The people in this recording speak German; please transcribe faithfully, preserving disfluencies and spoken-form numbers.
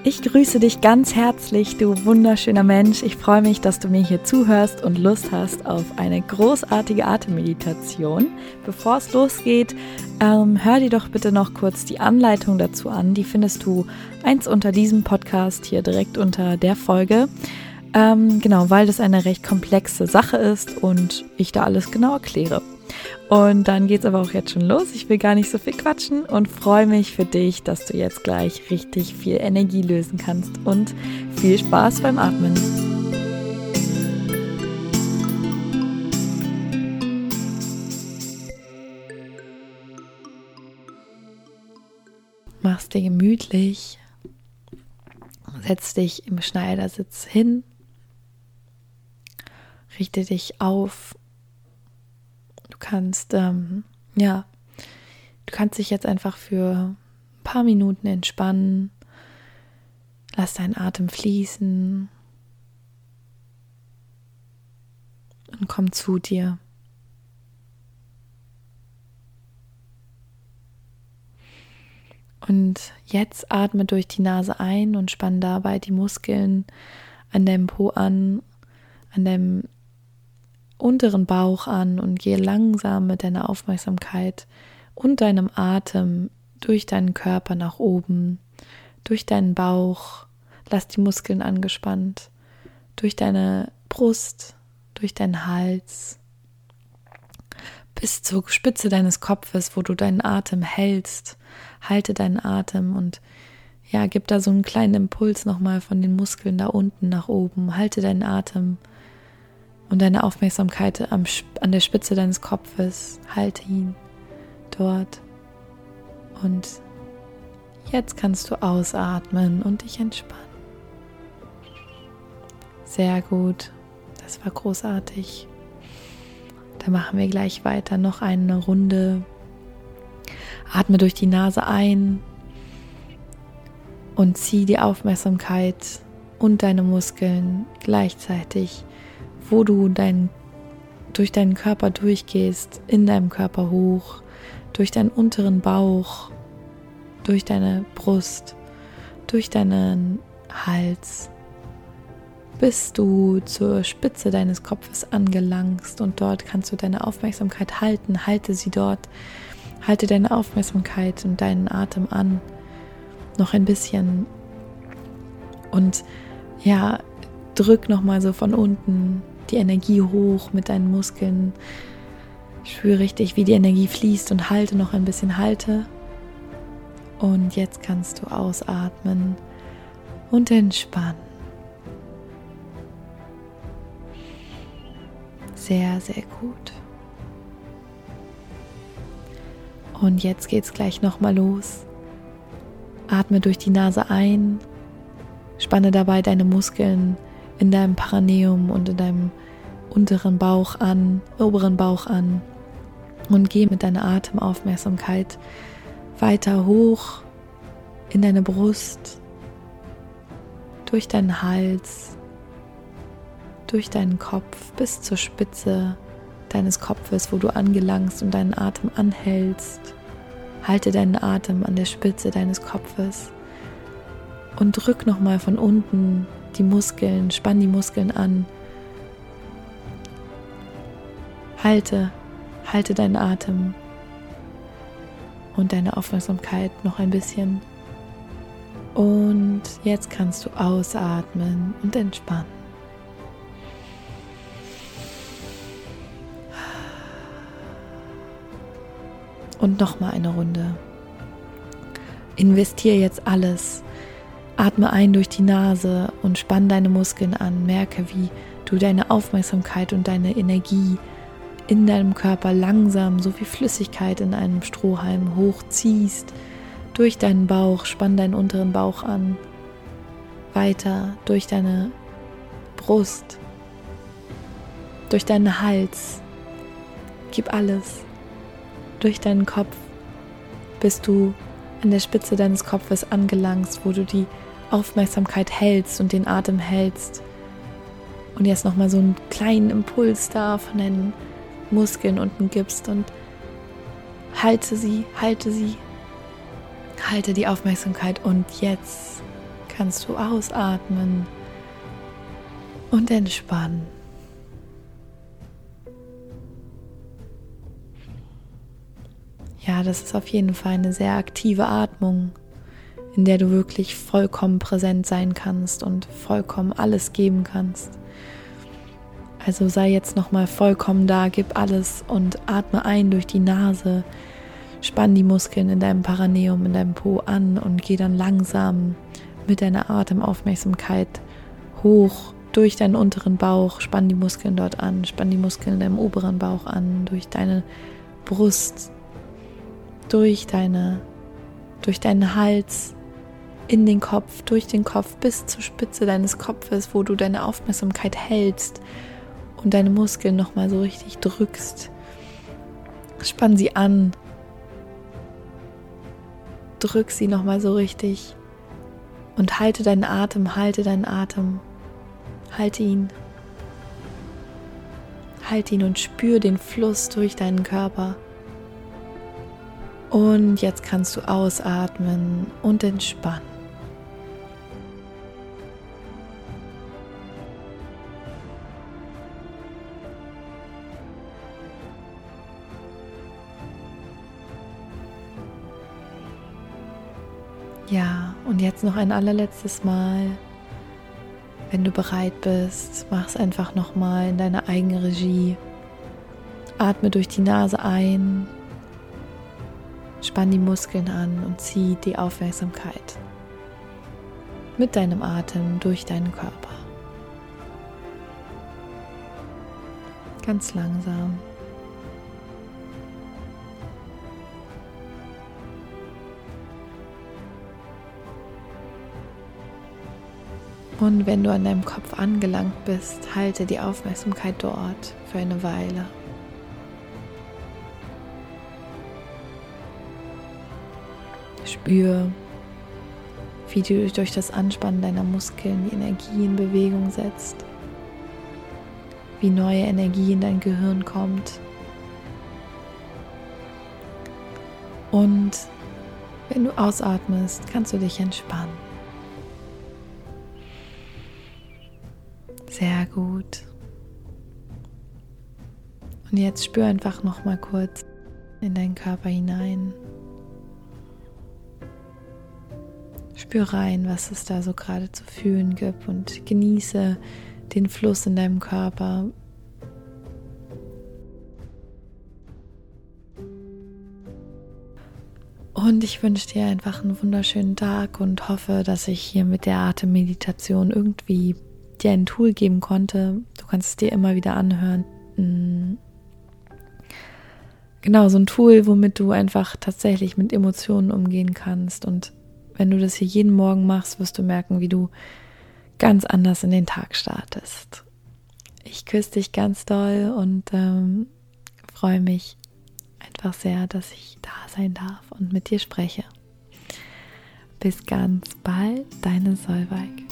Ich grüße dich ganz herzlich, du wunderschöner Mensch. Ich freue mich, dass du mir hier zuhörst und Lust hast auf eine großartige Atemmeditation. Bevor es losgeht, ähm, hör dir doch bitte noch kurz die Anleitung dazu an. Die findest du eins unter diesem Podcast, hier direkt unter der Folge. Ähm, genau, weil das eine recht komplexe Sache ist und ich da alles genau erkläre. Und dann geht's aber auch jetzt schon los. Ich will gar nicht so viel quatschen und freue mich für dich, dass du jetzt gleich richtig viel Energie lösen kannst und viel Spaß beim Atmen. Mach's dir gemütlich, setz dich im Schneidersitz hin, richte dich auf. Du kannst, ähm, ja, du kannst dich jetzt einfach für ein paar Minuten entspannen. Lass deinen Atem fließen und komm zu dir. Und jetzt atme durch die Nase ein und spann dabei die Muskeln an deinem Po an, an deinem unteren Bauch an und gehe langsam mit deiner Aufmerksamkeit und deinem Atem durch deinen Körper nach oben, durch deinen Bauch, lass die Muskeln angespannt, durch deine Brust, durch deinen Hals, bis zur Spitze deines Kopfes, wo du deinen Atem hältst. Halte deinen Atem und ja, gib da so einen kleinen Impuls nochmal von den Muskeln da unten nach oben. Halte deinen Atem und deine Aufmerksamkeit am, an der Spitze deines Kopfes, halte ihn dort. Und jetzt kannst du ausatmen und dich entspannen. Sehr gut, das war großartig. Dann machen wir gleich weiter, noch eine Runde. Atme durch die Nase ein und zieh die Aufmerksamkeit und deine Muskeln gleichzeitig, wo du dein, durch deinen Körper durchgehst, in deinem Körper hoch, durch deinen unteren Bauch, durch deine Brust, durch deinen Hals, bis du zur Spitze deines Kopfes angelangst und dort kannst du deine Aufmerksamkeit halten, halte sie dort, halte deine Aufmerksamkeit und deinen Atem an, noch ein bisschen und ja, drück nochmal so von unten die Energie hoch mit deinen Muskeln. Spüre richtig, wie die Energie fließt und halte noch ein bisschen, halte. Und jetzt kannst du ausatmen und entspannen. Sehr, sehr gut. Und jetzt geht's gleich nochmal los. Atme durch die Nase ein, spanne dabei deine Muskeln in deinem Perineum und in deinem unteren Bauch an, oberen Bauch an und geh mit deiner Atemaufmerksamkeit weiter hoch in deine Brust, durch deinen Hals, durch deinen Kopf bis zur Spitze deines Kopfes, wo du angelangst und deinen Atem anhältst. Halte deinen Atem an der Spitze deines Kopfes und drück nochmal von unten die Muskeln, spann die Muskeln an. Halte, halte deinen Atem und deine Aufmerksamkeit noch ein bisschen. Und jetzt kannst du ausatmen und entspannen. Und nochmal eine Runde. Investiere jetzt alles. Atme ein durch die Nase und spann deine Muskeln an. Merke, wie du deine Aufmerksamkeit und deine Energie in deinem Körper langsam, so wie Flüssigkeit in einem Strohhalm, hochziehst. Durch deinen Bauch, spann deinen unteren Bauch an. Weiter durch deine Brust, durch deinen Hals. Gib alles. Durch deinen Kopf, bis du an der Spitze deines Kopfes angelangst, wo du die Aufmerksamkeit hältst und den Atem hältst. Und jetzt nochmal so einen kleinen Impuls da von deinen Muskeln unten gibst und halte sie, halte sie, halte die Aufmerksamkeit und jetzt kannst du ausatmen und entspannen. Ja, das ist auf jeden Fall eine sehr aktive Atmung, in der du wirklich vollkommen präsent sein kannst und vollkommen alles geben kannst. Also sei jetzt nochmal vollkommen da, gib alles und atme ein durch die Nase, spann die Muskeln in deinem Paraneum, in deinem Po an und geh dann langsam mit deiner Atemaufmerksamkeit hoch durch deinen unteren Bauch, spann die Muskeln dort an, spann die Muskeln in deinem oberen Bauch an, durch deine Brust, durch deine, durch deinen Hals, in den Kopf, durch den Kopf bis zur Spitze deines Kopfes, wo du deine Aufmerksamkeit hältst und deine Muskeln nochmal so richtig drückst. Spann sie an, drück sie nochmal so richtig und halte deinen Atem, halte deinen Atem, halte ihn, halte ihn und spür den Fluss durch deinen Körper. Und jetzt kannst du ausatmen und entspannen. Ja, und jetzt noch ein allerletztes Mal. Wenn du bereit bist, mach es einfach nochmal in deiner eigenen Regie. Atme durch die Nase ein. Spann die Muskeln an und zieh die Aufmerksamkeit mit deinem Atem durch deinen Körper. Ganz langsam. Und wenn du an deinem Kopf angelangt bist, halte die Aufmerksamkeit dort für eine Weile. Spür, wie du durch das Anspannen deiner Muskeln die Energie in Bewegung setzt, wie neue Energie in dein Gehirn kommt. Und wenn du ausatmest, kannst du dich entspannen. Sehr gut. Und jetzt spür einfach noch mal kurz in deinen Körper hinein. Spür rein, was es da so gerade zu fühlen gibt und genieße den Fluss in deinem Körper. Und ich wünsche dir einfach einen wunderschönen Tag und hoffe, dass ich hier mit der Atemmeditation irgendwie dir ein Tool geben konnte. Du kannst es dir immer wieder anhören. Genau, so ein Tool, womit du einfach tatsächlich mit Emotionen umgehen kannst. Und wenn du das hier jeden Morgen machst, wirst du merken, wie du ganz anders in den Tag startest. Ich küsse dich ganz doll und ähm, freue mich einfach sehr, dass ich da sein darf und mit dir spreche. Bis ganz bald, deine Solveig.